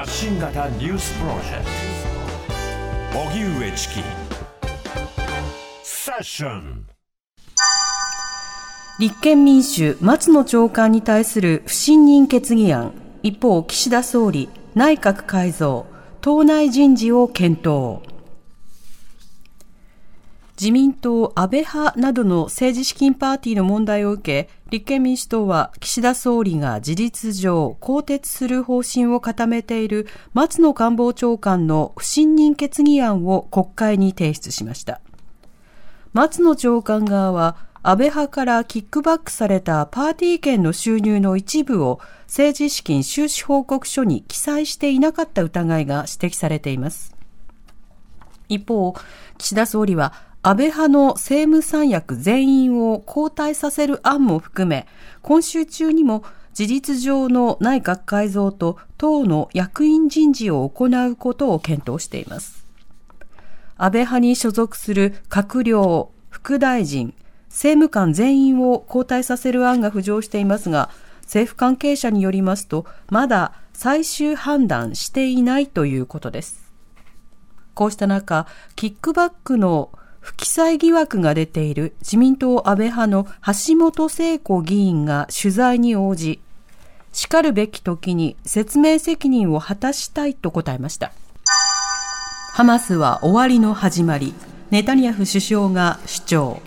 発信型ニュースプロジェクト荻上チキセッション。 立憲民主松野長官に対する不信任決議案。一方、岸田総理内閣改造党内人事を検討。自民党安倍派などの政治資金パーティーの問題を受け、立憲民主党は岸田総理が事実上更迭する方針を固めている松野官房長官の不信任決議案を国会に提出しました。松野長官側は安倍派からキックバックされたパーティー券の収入の一部を政治資金収支報告書に記載していなかった疑いが指摘されています。一方、岸田総理は安倍派の政務三役全員を交代させる案も含め、今週中にも事実上の内閣改造と党の役員人事を行うことを検討しています。安倍派に所属する閣僚、副大臣、政務官全員を交代させる案が浮上していますが、政府関係者によりますと、まだ最終判断していないということです。こうした中、キックバックの不記載疑惑が出ている自民党安倍派の橋本聖子議員が取材に応じ、しかるべき時に説明責任を果たしたいと答えました。ハマスは終わりの始まり、ネタニヤフ首相が主張。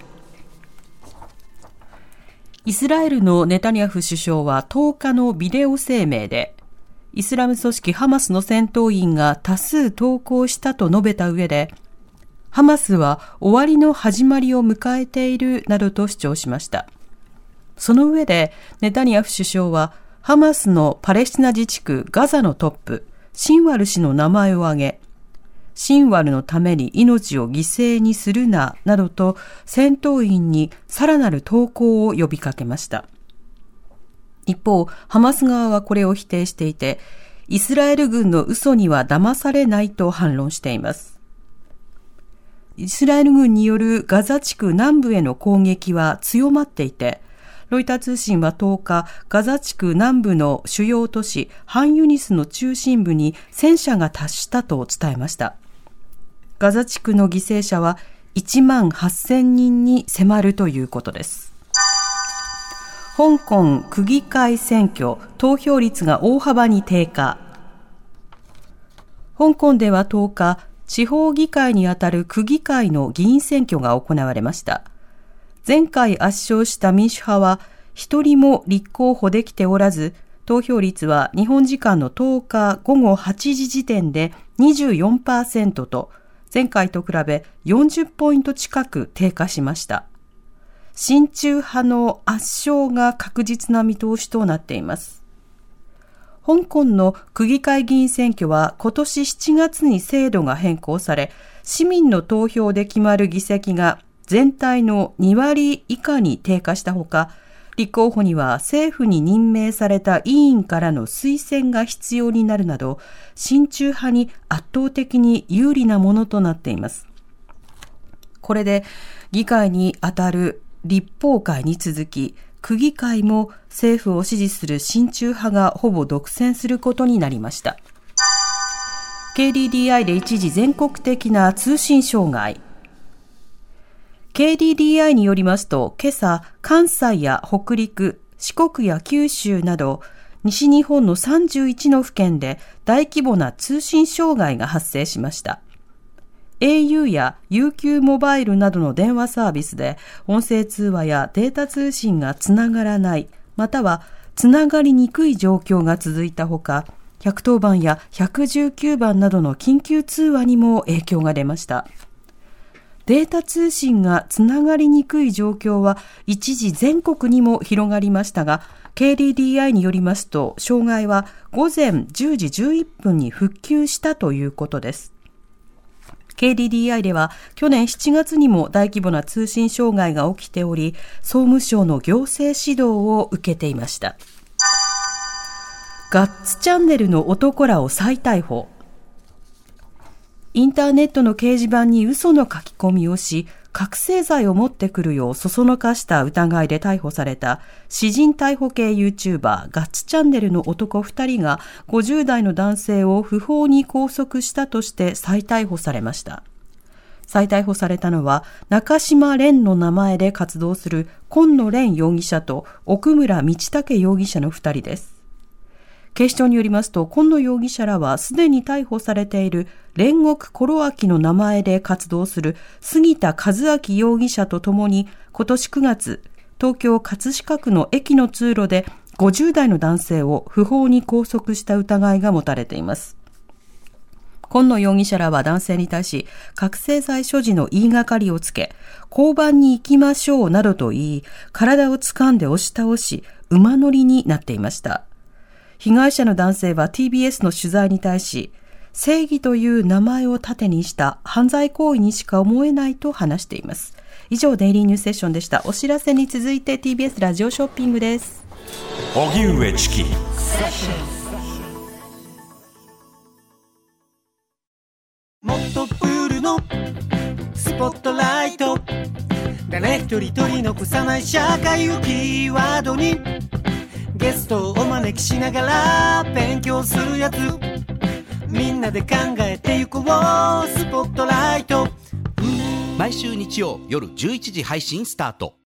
イスラエルのネタニヤフ首相は10日のビデオ声明で、イスラム組織ハマスの戦闘員が多数投降したと述べた上で、ハマスは終わりの始まりを迎えているなどと主張しました。その上でネタニヤフ首相はハマスのパレスチナ自治区ガザのトップシンワル氏の名前を挙げ、シンワルのために命を犠牲にするななどと戦闘員にさらなる投降を呼びかけました。一方、ハマス側はこれを否定していて、イスラエル軍の嘘には騙されないと反論しています。イスラエル軍によるガザ地区南部への攻撃は強まっていて、ロイター通信は10日、ガザ地区南部の主要都市ハンユニスの中心部に戦車が達したと伝えました。ガザ地区の犠牲者は1万8000人に迫るということです。香港区議会選挙、投票率が大幅に低下。香港では10日、地方議会にあたる区議会の議員選挙が行われました。前回圧勝した民主派は一人も立候補できておらず、投票率は日本時間の10日午後8時時点で 24% と、前回と比べ40ポイント近く低下しました。親中派の圧勝が確実な見通しとなっています。香港の区議会議員選挙は今年7月に制度が変更され、市民の投票で決まる議席が全体の2割以下に低下したほか、立候補には政府に任命された委員からの推薦が必要になるなど、親中派に圧倒的に有利なものとなっています。これで議会にあたる立法会に続き、区議会も政府を支持する親中派がほぼ独占することになりました。KDDI で一時全国的な通信障害。KDDI によりますと、今朝、関西や北陸、四国や九州など、西日本の31の府県で大規模な通信障害が発生しました。au や UQ モバイルなどの電話サービスで音声通話やデータ通信がつながらない、またはつながりにくい状況が続いたほか、110番や119番などの緊急通話にも影響が出ました。データ通信がつながりにくい状況は一時全国にも広がりましたが、KDDI によりますと、障害は午前10時11分に復旧したということです。KDDI では去年7月にも大規模な通信障害が起きており、総務省の行政指導を受けていました。ガッツチャンネルの男らを再逮捕。インターネットの掲示板に嘘の書き込みをし、 覚醒剤を持ってくるようそそのかした疑いで逮捕された私人逮捕系 YouTuber ガッツチャンネルの男2人が50代の男性を不法に拘束したとして再逮捕されました。再逮捕されたのは中島蓮の名前で活動する今野蓮容疑者と奥村道武容疑者の2人です。警視庁によりますと、今野容疑者らはすでに逮捕されている煉獄コロアキの名前で活動する杉田和明容疑者とともに、今年9月、東京葛飾区の駅の通路で50代の男性を不法に拘束した疑いが持たれています。今野容疑者らは男性に対し、覚醒剤所持の言いがかりをつけ、交番に行きましょうなどと言い、体を掴んで押し倒し、馬乗りになっていました。被害者の男性は TBS の取材に対し、正義という名前を盾にした犯罪行為にしか思えないと話しています。以上、デイリーニュースセッションでした。お知らせに続いて TBS ラジオショッピングです。 荻上チキもっとプールのスポットライト、誰一人取り残さない社会をキーワードにゲストをお招きしながら勉強するやつ、みんなで考えてゆこうスポットライト。 毎週日曜夜11時配信スタート。